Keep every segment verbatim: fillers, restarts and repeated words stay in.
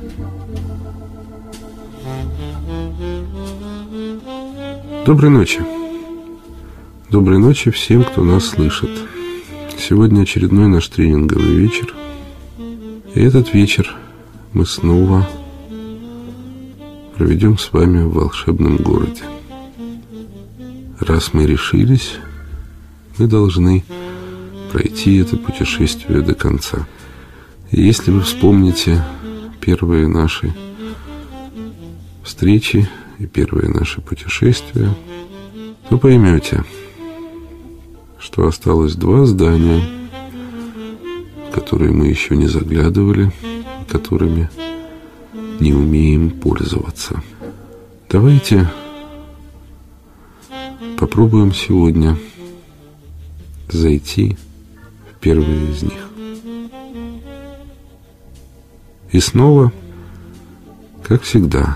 Доброй ночи. Доброй ночи всем, кто нас слышит. Сегодня очередной наш тренинговый вечер. И этот вечер мы снова проведем с вами в волшебном городе. Раз мы решились, мы должны пройти это путешествие до конца. И если вы вспомните первые наши встречи и первые наши путешествия, то поймете, что осталось два здания, в которые мы еще не заглядывали, которыми не умеем пользоваться. Давайте попробуем сегодня зайти в первые из них. И снова, как всегда,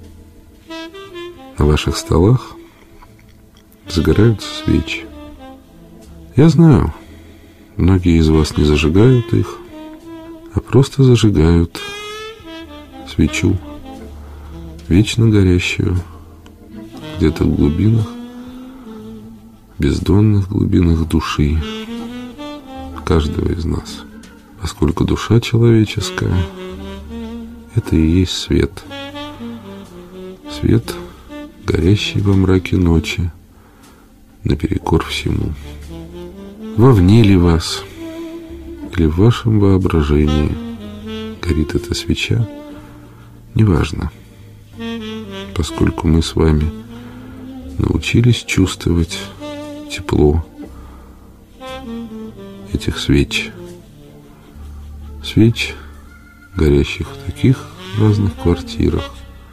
на ваших столах загораются свечи. Я знаю, многие из вас не зажигают их, а просто зажигают свечу, вечно горящую где-то в глубинах, бездонных глубинах души каждого из нас. Поскольку душа человеческая — это и есть свет. Свет, горящий во мраке ночи, наперекор всему. Вовне ли вас или в вашем воображении горит эта свеча, неважно, поскольку мы с вами научились чувствовать тепло этих свеч. Свеч, горящих в таких разных квартирах,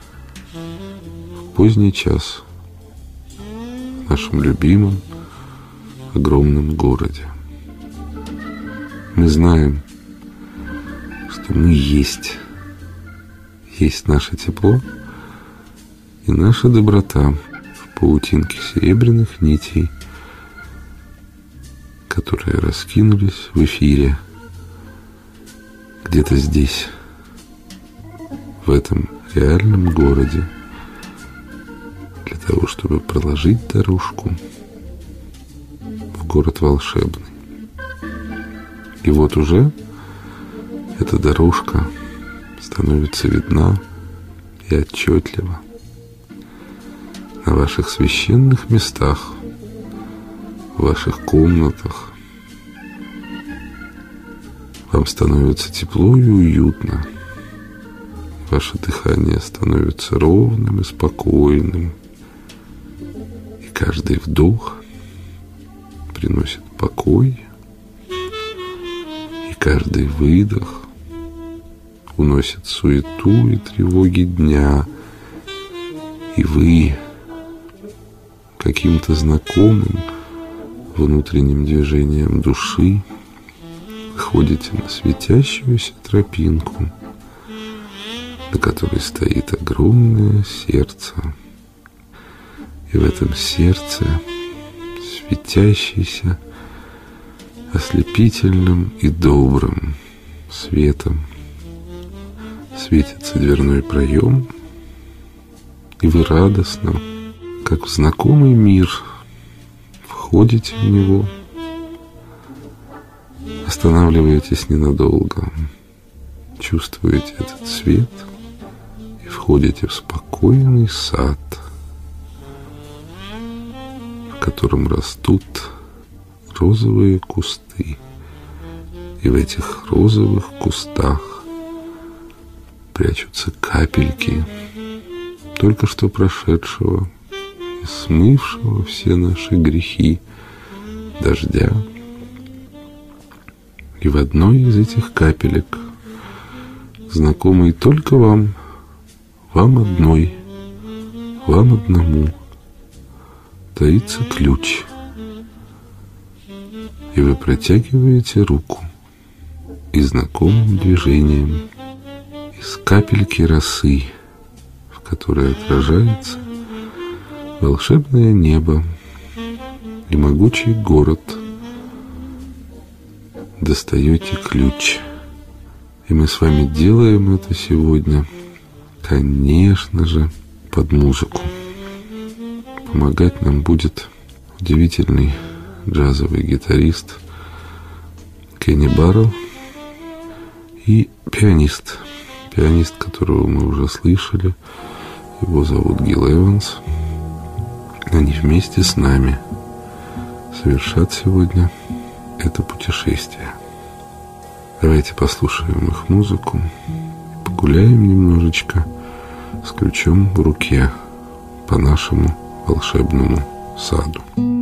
в поздний час в нашем любимом огромном городе. Мы знаем, что мы есть. Есть наше тепло и наша доброта в паутинке серебряных нитей, которые раскинулись в эфире где-то здесь, в этом реальном городе, для того, чтобы проложить дорожку в город волшебный. И вот уже эта дорожка становится видна и отчетлива на ваших священных местах, в ваших комнатах. Вам становится тепло и уютно. Ваше дыхание становится ровным и спокойным. И каждый вдох приносит покой. И каждый выдох уносит суету и тревоги дня. И вы каким-то знакомым внутренним движением души выходите на светящуюся тропинку, на которой стоит огромное сердце. И в этом сердце, светящийся ослепительным и добрым светом, светится дверной проем, и вы радостно, как в знакомый мир, входите в него, останавливаетесь ненадолго, чувствуете этот свет и входите в спокойный сад, в котором растут розовые кусты. И в этих розовых кустах прячутся капельки только что прошедшего и смывшего все наши грехи дождя. И в одной из этих капелек, знакомой только вам, вам одной, вам одному, таится ключ. И вы протягиваете руку и знакомым движением из капельки росы, в которой отражается волшебное небо и могучий город, достаете ключ И мы с вами делаем это сегодня, конечно же, под музыку. Помогать нам будет удивительный джазовый гитарист Кенни Барроу и пианист. Пианист, которого мы уже слышали, его зовут Гил Эванс. Они вместе с нами совершат сегодня это путешествие. Давайте послушаем их музыку, погуляем немножечко с ключом в руке по нашему волшебному саду.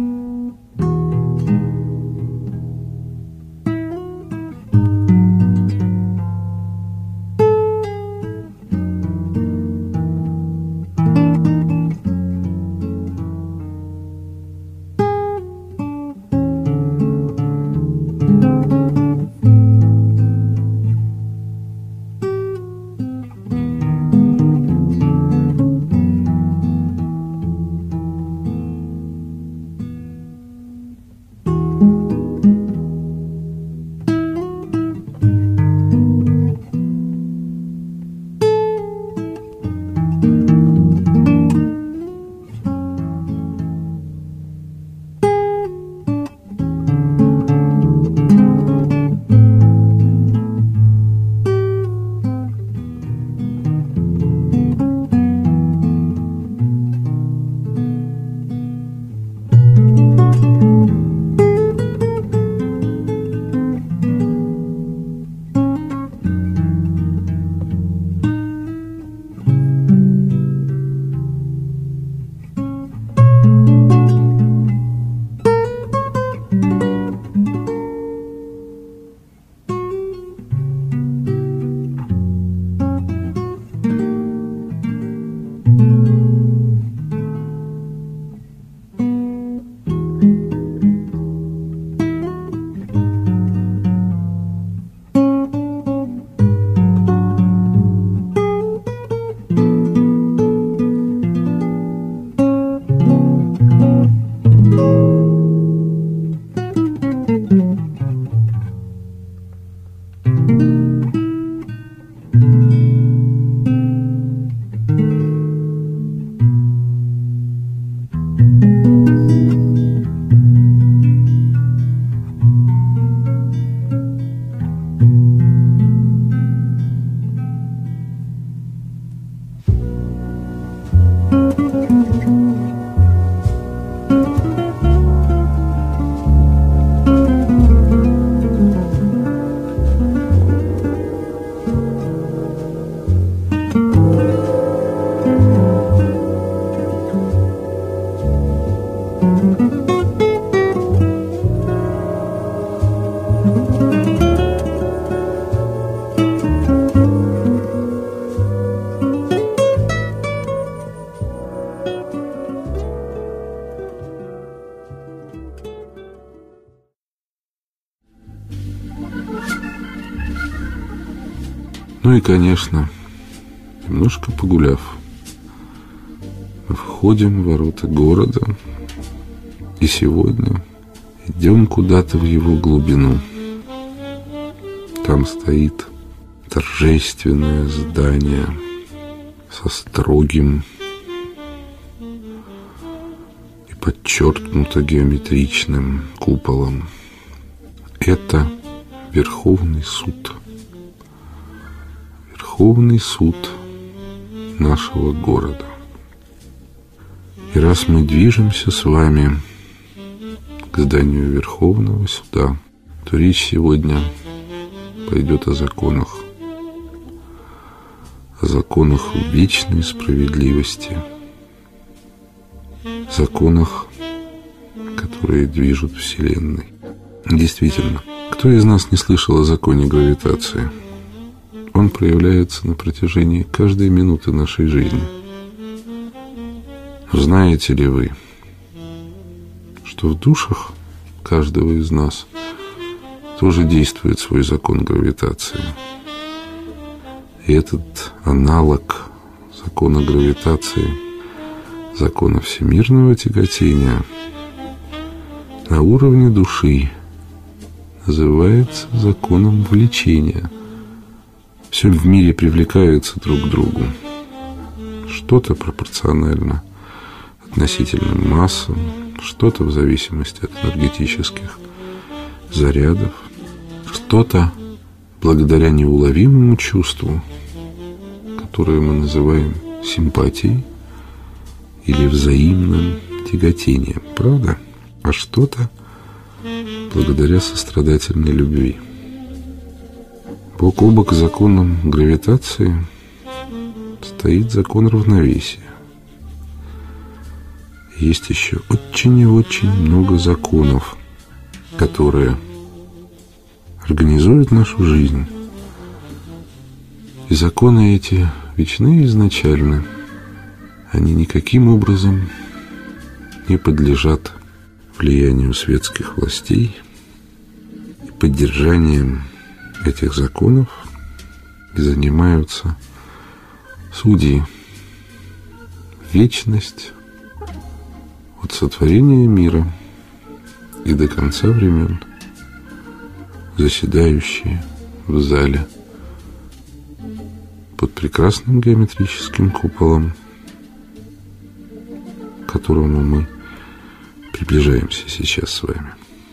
Ну и, конечно, немножко погуляв, мы входим в ворота города, и сегодня идем куда-то в его глубину. Там стоит торжественное здание со строгим и подчеркнуто геометричным куполом. Это Верховный суд. Верховный суд нашего города. И раз мы движемся с вами к зданию Верховного суда, то речь сегодня пойдет о законах. О законах вечной справедливости. Законах, которые движут Вселенной. Действительно, кто из нас не слышал о законе гравитации? Он проявляется на протяжении каждой минуты нашей жизни. Знаете ли вы, что в душах каждого из нас тоже действует свой закон гравитации? И этот аналог закона гравитации, закона всемирного тяготения, на уровне души называется законом влечения. Все в мире привлекается друг к другу. Что-то пропорционально относительным массам, что-то в зависимости от энергетических зарядов, что-то благодаря неуловимому чувству, которое мы называем симпатией или взаимным тяготением, правда? А что-то благодаря сострадательной любви. Бок о бок с законом гравитации стоит закон равновесия. Есть еще очень и очень много законов, которые организуют нашу жизнь. И законы эти вечны и изначальны. Они никаким образом не подлежат влиянию светских властей. И поддержанием этих законов и занимаются судьи. Вечность от сотворения мира и до конца времен, заседающие в зале под прекрасным геометрическим куполом, к которому мы приближаемся сейчас с вами.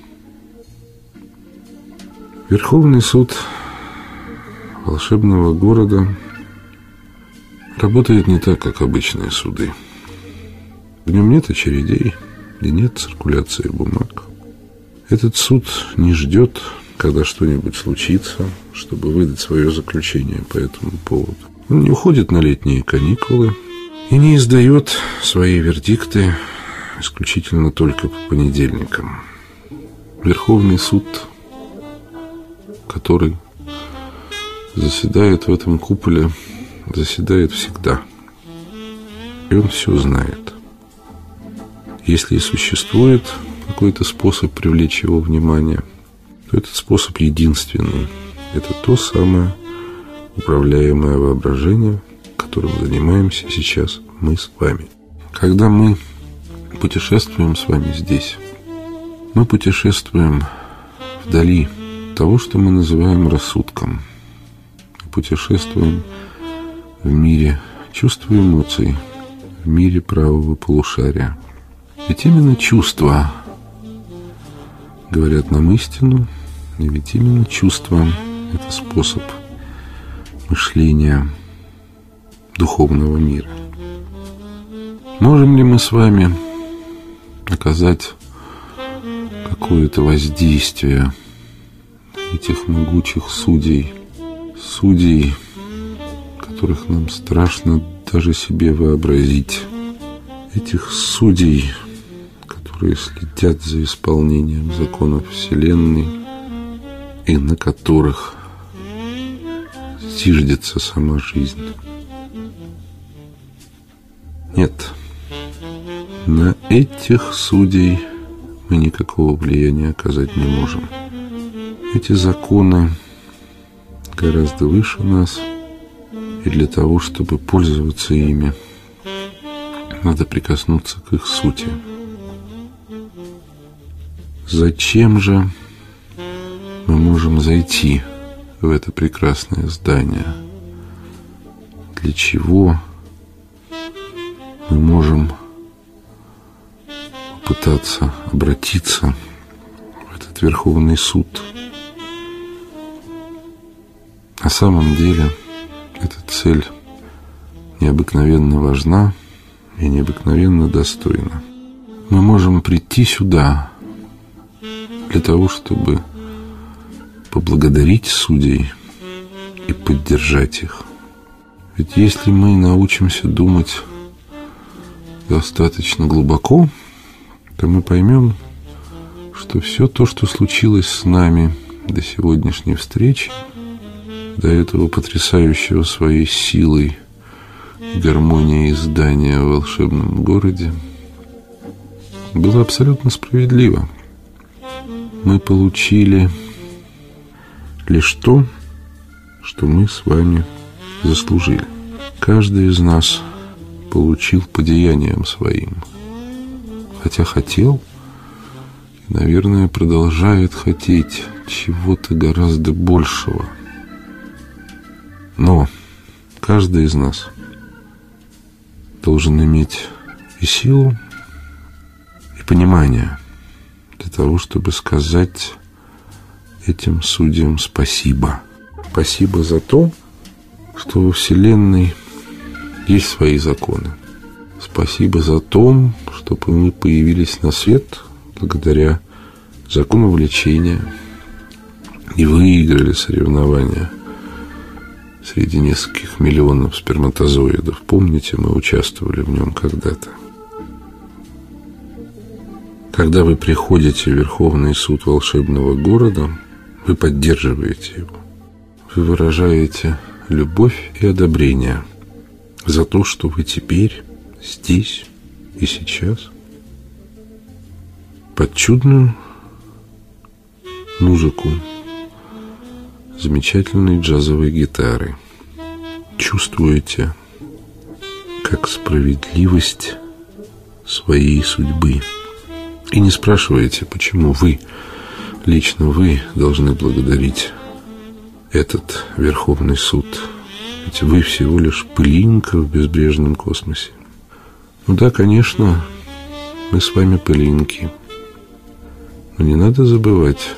Верховный суд волшебного города работает не так, как обычные суды. В нем нет очередей и нет циркуляции бумаг. Этот суд не ждет, когда что-нибудь случится, чтобы выдать свое заключение по этому поводу. Он не уходит на летние каникулы и не издает свои вердикты исключительно только по понедельникам. Верховный суд, который заседает в этом куполе, заседает всегда. И он все знает. Если и существует какой-то способ привлечь его внимание, то этот способ единственный. Это то самое управляемое воображение, которым занимаемся сейчас мы с вами. Когда мы путешествуем с вами здесь, мы путешествуем вдали того, что мы называем рассудком. Путешествуем в мире чувств и эмоций, в мире правого полушария. Ведь именно чувства говорят нам истину, и ведь именно чувства – это способ мышления духовного мира. Можем ли мы с вами оказать какое-то воздействие этих могучих судей, судей, которых нам страшно даже себе вообразить, этих судей, которые следят за исполнением законов Вселенной и на которых зиждется сама жизнь? Нет, на этих судей мы никакого влияния оказать не можем. Эти законы гораздо выше нас, и для того, чтобы пользоваться ими, надо прикоснуться к их сути. Зачем же мы можем зайти в это прекрасное здание? Для чего мы можем попытаться обратиться в этот Верховный суд? На самом деле, эта цель необыкновенно важна и необыкновенно достойна. Мы можем прийти сюда для того, чтобы поблагодарить судей и поддержать их. Ведь если мы научимся думать достаточно глубоко, то мы поймем, что все то, что случилось с нами до сегодняшней встречи, до этого потрясающего своей силой и гармонией издания в волшебном городе, было абсолютно справедливо. Мы получили лишь то, что мы с вами заслужили. Каждый из нас получил по деяниям своим, хотя хотел и, наверное, продолжает хотеть чего-то гораздо большего. Но каждый из нас должен иметь и силу, и понимание для того, чтобы сказать этим судьям спасибо. Спасибо за то, что во Вселенной есть свои законы. Спасибо за то, что мы появились на свет благодаря закону влечения и выиграли соревнования среди нескольких миллионов сперматозоидов. Помните, мы участвовали в нем когда-то. Когда вы приходите в Верховный суд волшебного города, вы поддерживаете его. Вы выражаете любовь и одобрение за то, что вы теперь здесь и сейчас под чудную музыку замечательной джазовой гитары чувствуете как справедливость своей судьбы. И не спрашиваете, почему вы, лично вы, должны благодарить этот Верховный суд. Ведь вы всего лишь пылинка в безбрежном космосе. Ну да, конечно, мы с вами пылинки. Но не надо забывать,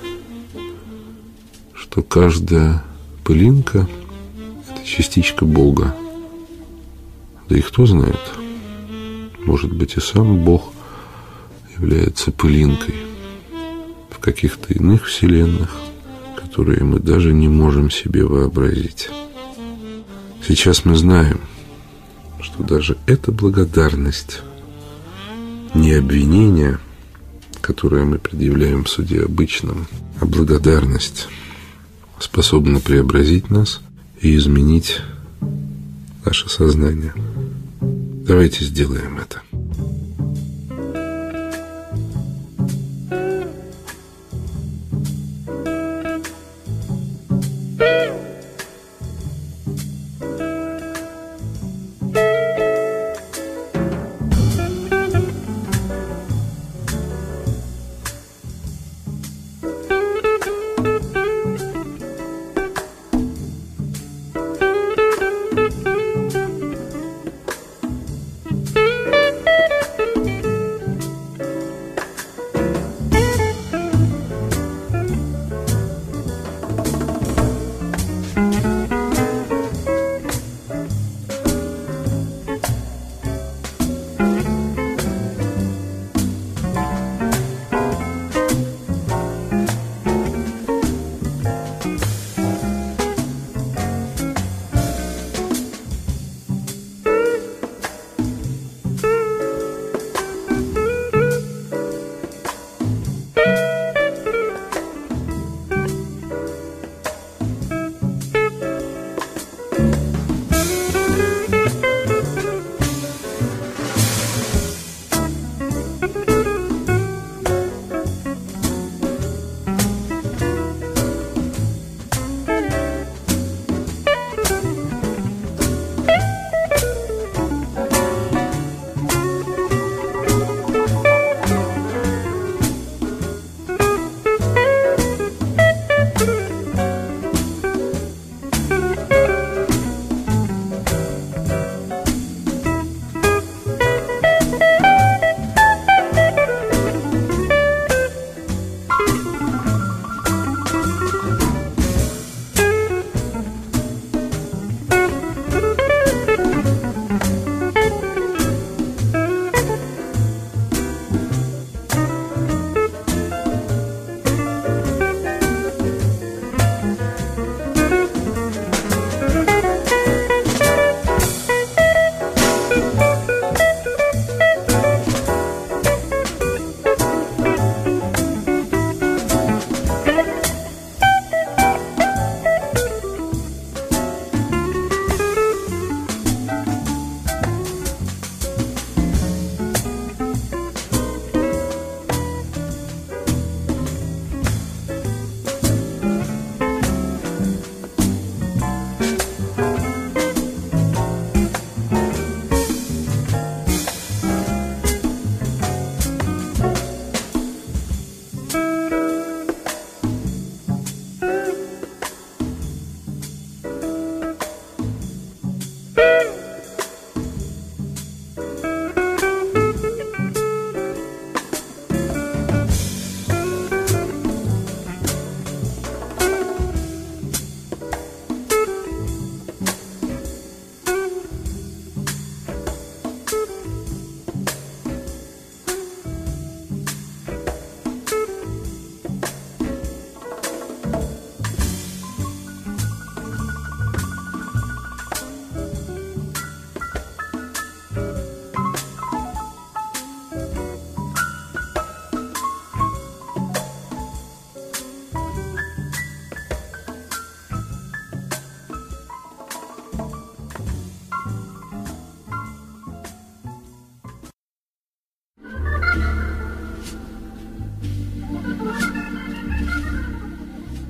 что каждая пылинка – это частичка Бога. Да и кто знает, может быть, и сам Бог является пылинкой в каких-то иных вселенных, которые мы даже не можем себе вообразить. Сейчас мы знаем, что даже эта благодарность, не обвинение, которое мы предъявляем в суде обычном, а благодарность способна преобразить нас и изменить наше сознание. Давайте сделаем это.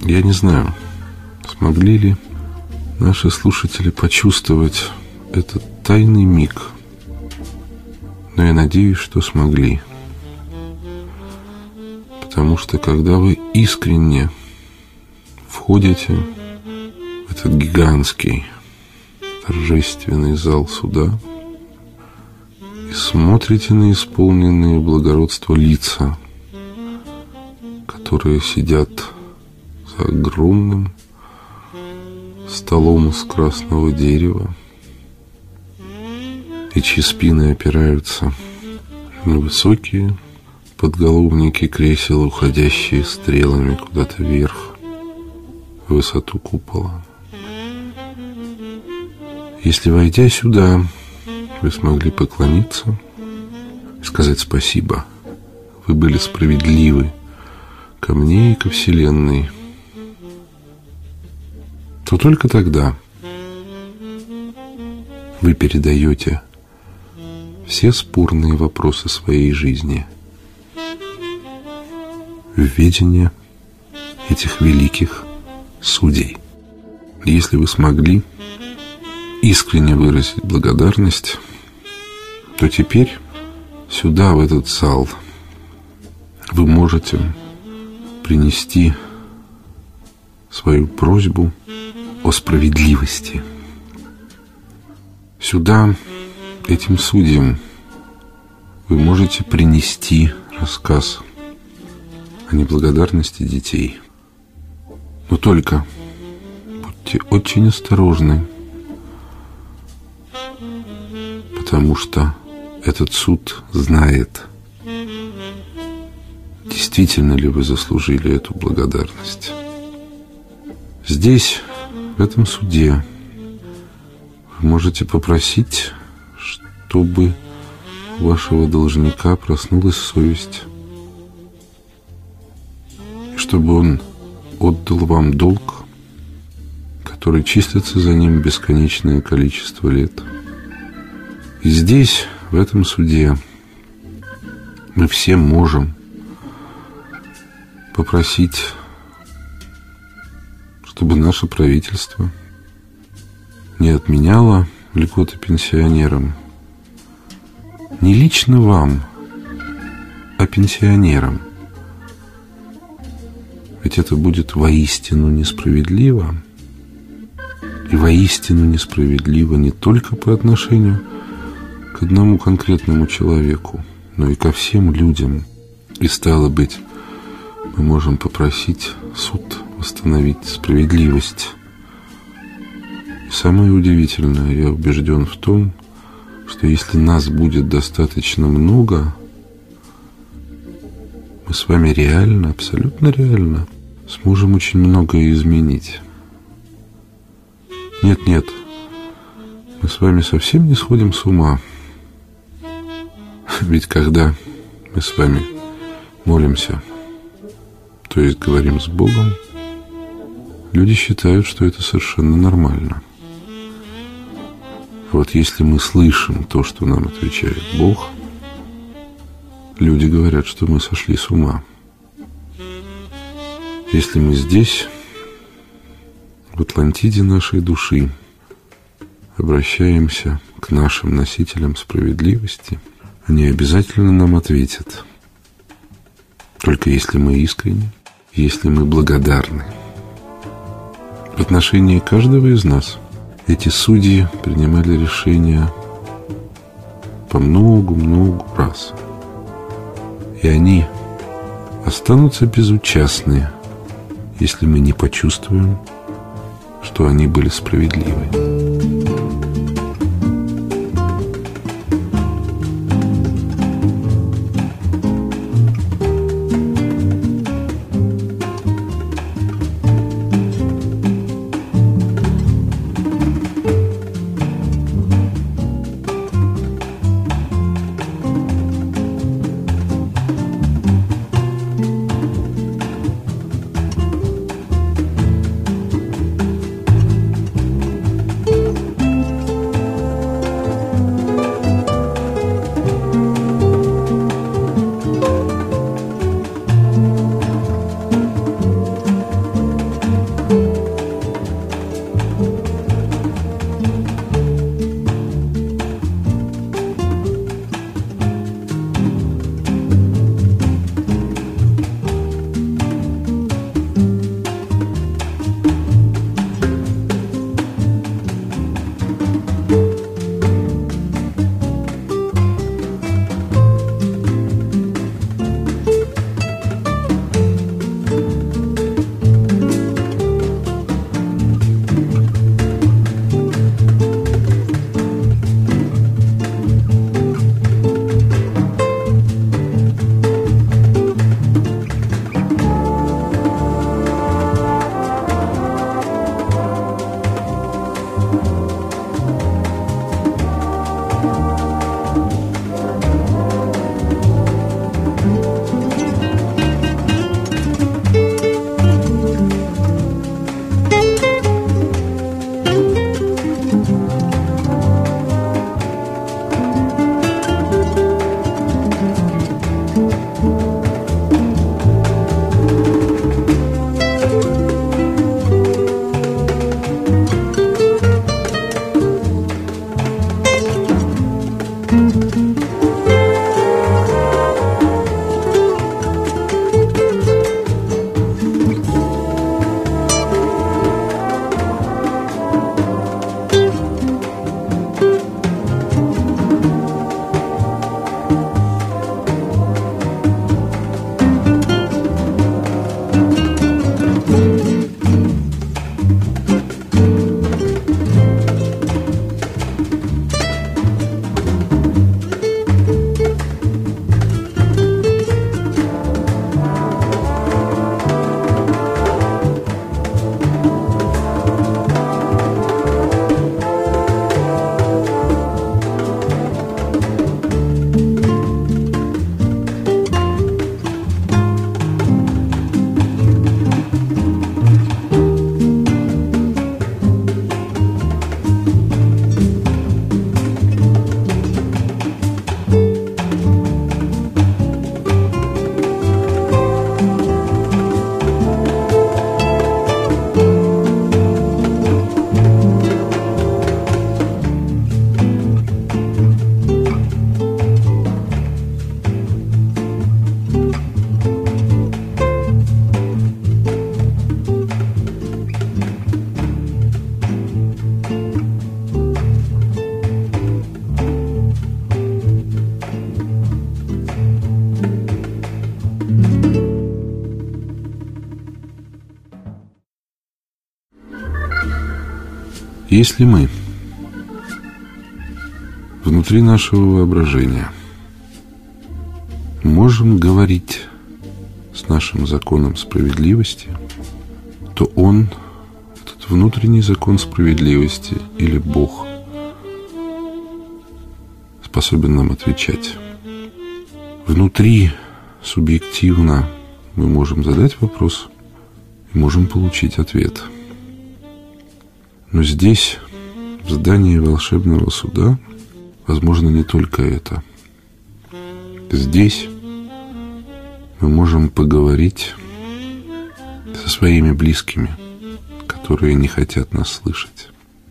Я не знаю, смогли ли наши слушатели почувствовать этот тайный миг, но я надеюсь, что смогли. Потому что когда вы искренне входите в этот гигантский торжественный зал суда и смотрите на исполненные благородства лица, которые сидят за огромным столом из красного дерева и чьи спины опираются на высокие подголовники кресел, уходящие стрелами куда-то вверх в высоту купола. Если, войдя сюда, вы смогли поклониться и сказать спасибо, вы были справедливы ко мне и ко Вселенной, то только тогда вы передаете все спорные вопросы своей жизни в ведение этих великих судей. Если вы смогли искренне выразить благодарность, то теперь сюда, в этот зал, вы можете принести свою просьбу о справедливости. Сюда, этим судьям, вы можете принести рассказ о неблагодарности детей. Но только будьте очень осторожны, потому что этот суд знает, действительно ли вы заслужили эту благодарность. Здесь, в этом суде, вы можете попросить, чтобы у вашего должника проснулась совесть, и чтобы он отдал вам долг, который числится за ним бесконечное количество лет. И здесь, в этом суде, мы все можем попросить, чтобы наше правительство не отменяло льготы пенсионерам. Не лично вам, а пенсионерам. Ведь это будет воистину несправедливо. И воистину несправедливо не только по отношению к одному конкретному человеку, но и ко всем людям. И стало быть, мы можем попросить суд восстановить справедливость. И самое удивительное, я убежден в том, что если нас будет достаточно много, мы с вами реально, абсолютно реально сможем очень многое изменить. Нет, нет, мы с вами совсем не сходим с ума. Ведь когда мы с вами молимся, то есть говорим с Богом, люди считают, что это совершенно нормально. Вот если мы слышим то, что нам отвечает Бог, люди говорят, что мы сошли с ума. Если мы здесь, в Атлантиде нашей души, обращаемся к нашим носителям справедливости, они обязательно нам ответят. Только если мы искренни, если мы благодарны. В отношении каждого из нас эти судьи принимали решения по многу-многу раз. И они останутся безучастны, если мы не почувствуем, что они были справедливы. Если мы внутри нашего воображения можем говорить с нашим законом справедливости, то он, этот внутренний закон справедливости или Бог, способен нам отвечать. Внутри субъективно мы можем задать вопрос и можем получить ответ. Но здесь, в здании волшебного суда, возможно не только это. Здесь мы можем поговорить со своими близкими, которые не хотят нас слышать.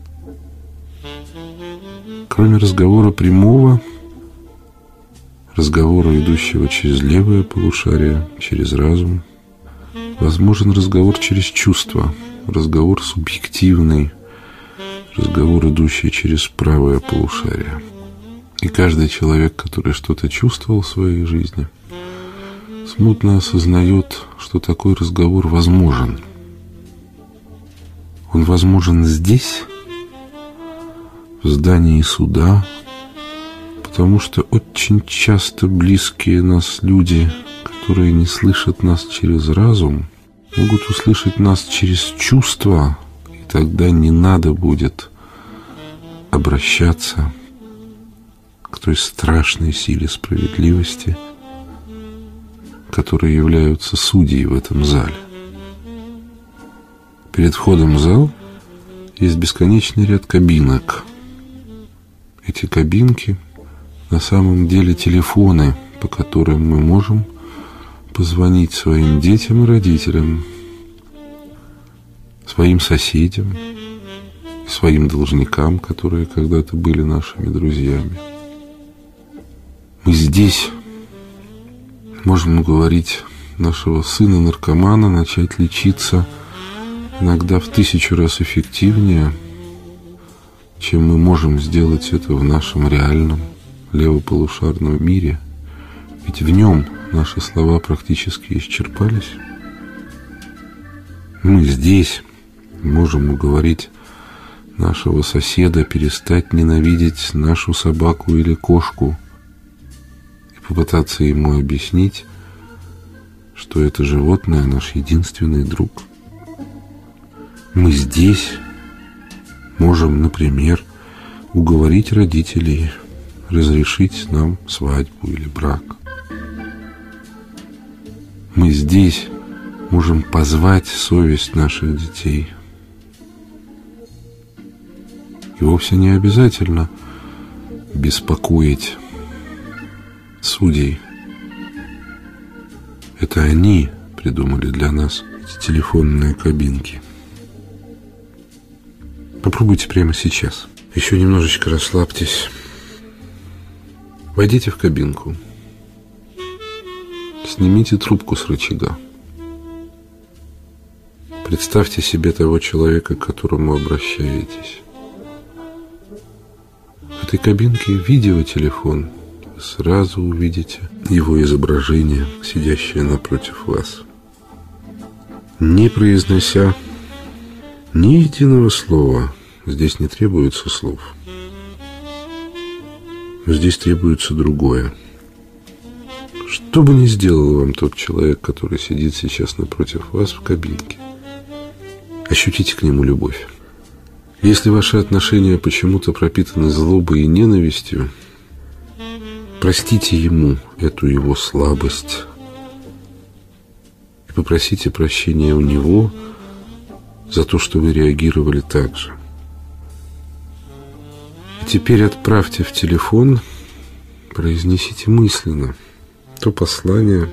Кроме разговора прямого, разговора, идущего через левое полушарие, через разум, возможен разговор через чувства, разговор субъективный, разговор, идущий через правое полушарие. И каждый человек, который что-то чувствовал в своей жизни, смутно осознает, что такой разговор возможен. Он возможен здесь, в здании суда, потому что очень часто близкие нас люди, которые не слышат нас через разум, могут услышать нас через чувства, и тогда не надо будет обращаться к той страшной силе справедливости, которые являются судьей в этом зале. Перед входом в зал есть бесконечный ряд кабинок. Эти кабинки на самом деле телефоны, по которым мы можем позвонить своим детям и родителям, своим соседям, своим должникам, которые когда-то были нашими друзьями. Мы здесь можем уговорить нашего сына-наркомана начать лечиться иногда в тысячу раз эффективнее, чем мы можем сделать это в нашем реальном левополушарном мире. Ведь в нем наши слова практически исчерпались. Мы здесь можем уговорить нашего соседа перестать ненавидеть нашу собаку или кошку и попытаться ему объяснить, что это животное наш единственный друг. Мы здесь можем, например, уговорить родителей разрешить нам свадьбу или брак. Мы здесь можем позвать совесть наших детей. И вовсе не обязательно беспокоить судей. Это они придумали для нас эти телефонные кабинки. Попробуйте прямо сейчас. Еще немножечко расслабьтесь. Войдите в кабинку. Снимите трубку с рычага. Представьте себе того человека, к которому обращаетесь. В этой кабинке видеотелефон. Вы сразу увидите его изображение, сидящее напротив вас. Не произнося ни единого слова, здесь не требуется слов. Здесь требуется другое. Что бы ни сделал вам тот человек, который сидит сейчас напротив вас в кабинке, ощутите к нему любовь. Если ваши отношения почему-то пропитаны злобой и ненавистью, простите ему эту его слабость и попросите прощения у него за то, что вы реагировали так же. И теперь отправьте в телефон, произнесите мысленно то послание,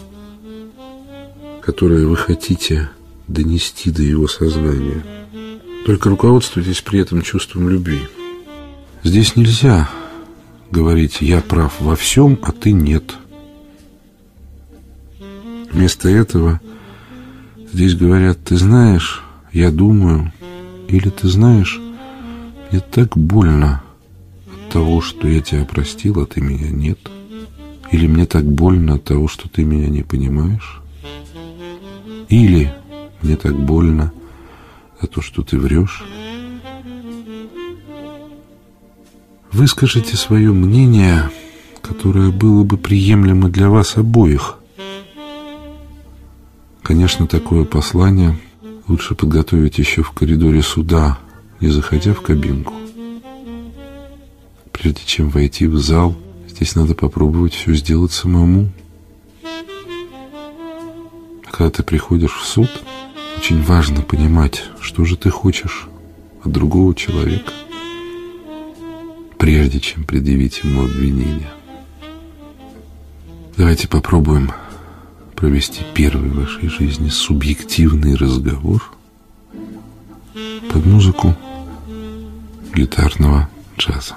которое вы хотите донести до его сознания. Только руководствуйтесь при этом чувством любви. Здесь нельзя говорить «я прав во всем, а ты нет». Вместо этого здесь говорят «ты знаешь, я думаю», или «ты знаешь, мне так больно от того, что я тебя простил, а ты меня нет». Или «мне так больно от того, что ты меня не понимаешь». Или «мне так больно за то, что ты врешь». Выскажите свое мнение, которое было бы приемлемо для вас обоих. Конечно, такое послание лучше подготовить еще в коридоре суда, не заходя в кабинку. Прежде чем войти в зал, здесь надо попробовать все сделать самому. Когда ты приходишь в суд, очень важно понимать, что же ты хочешь от другого человека, прежде чем предъявить ему обвинение. Давайте попробуем провести первый в вашей жизни субъективный разговор под музыку гитарного джаза.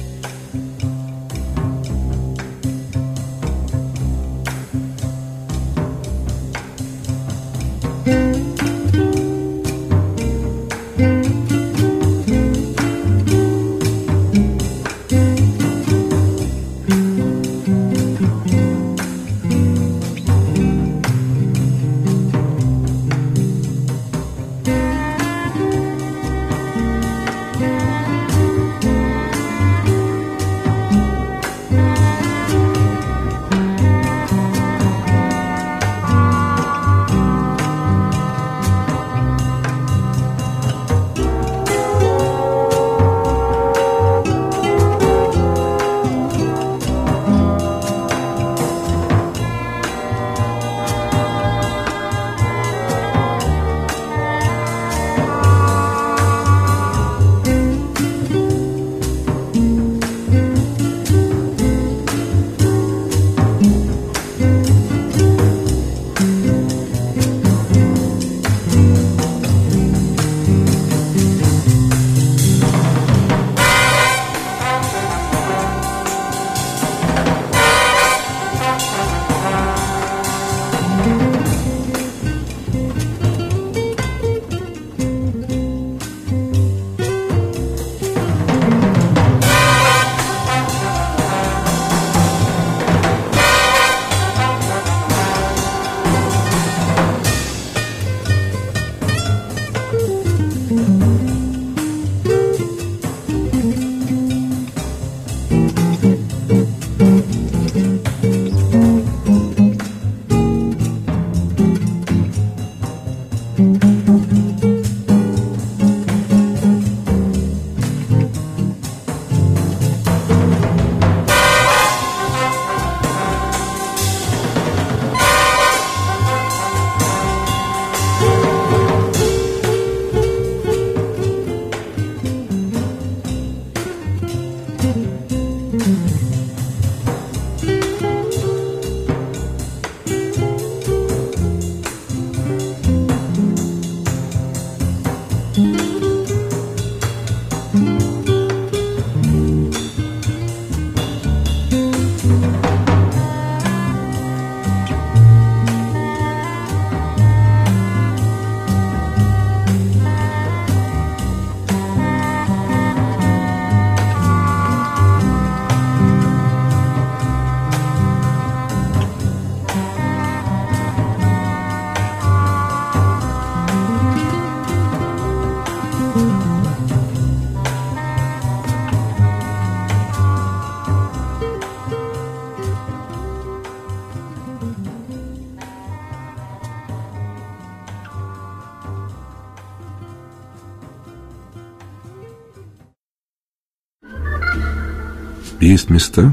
Есть места,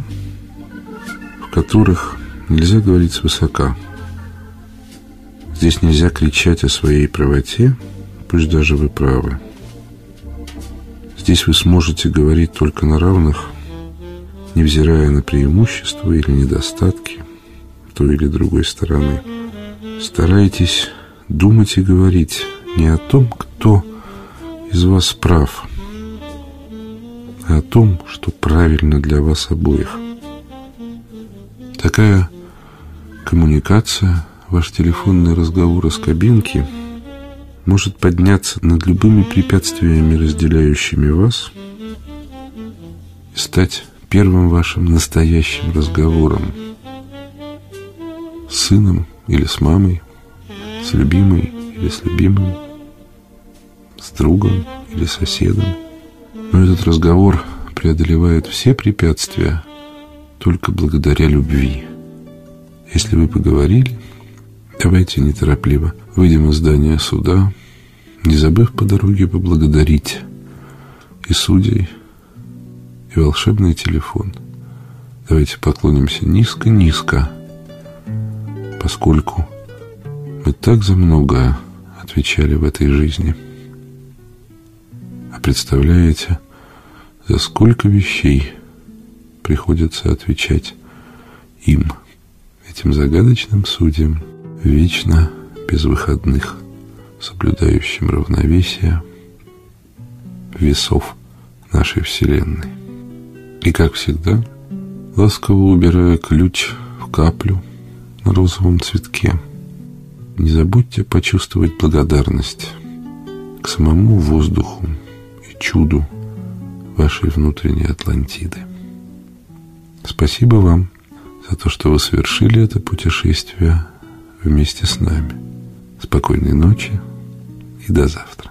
в которых нельзя говорить свысока. Здесь нельзя кричать о своей правоте, пусть даже вы правы. Здесь вы сможете говорить только на равных, невзирая на преимущества или недостатки той или другой стороны. Старайтесь думать и говорить не о том, кто из вас прав, а о том, что правильно для вас обоих. Такая коммуникация, ваш телефонный разговор из кабинки, может подняться над любыми препятствиями, разделяющими вас, и стать первым вашим настоящим разговором с сыном или с мамой, с любимой или с любимым, с другом или соседом. Но этот разговор преодолевают все препятствия только благодаря любви. Если вы поговорили, давайте неторопливо выйдем из здания суда, не забыв по дороге поблагодарить и судей, и волшебный телефон. Давайте поклонимся низко-низко, поскольку мы так за многое отвечали в этой жизни. А представляете, за сколько вещей приходится отвечать им, этим загадочным судьям, вечно без выходных, соблюдающим равновесие весов нашей Вселенной. И, как всегда, ласково убирая ключ в каплю на розовом цветке, не забудьте почувствовать благодарность к самому воздуху и чуду вашей внутренней Атлантиды. Спасибо вам за то, что вы совершили это путешествие вместе с нами. Спокойной ночи и до завтра.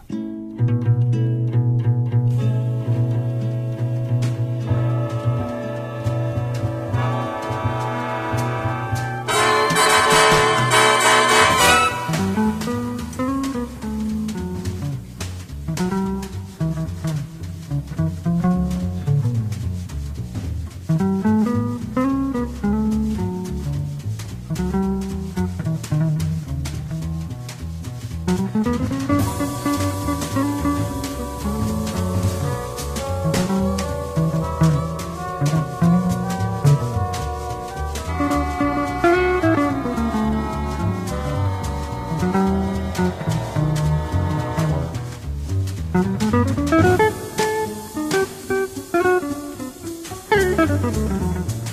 Thank you.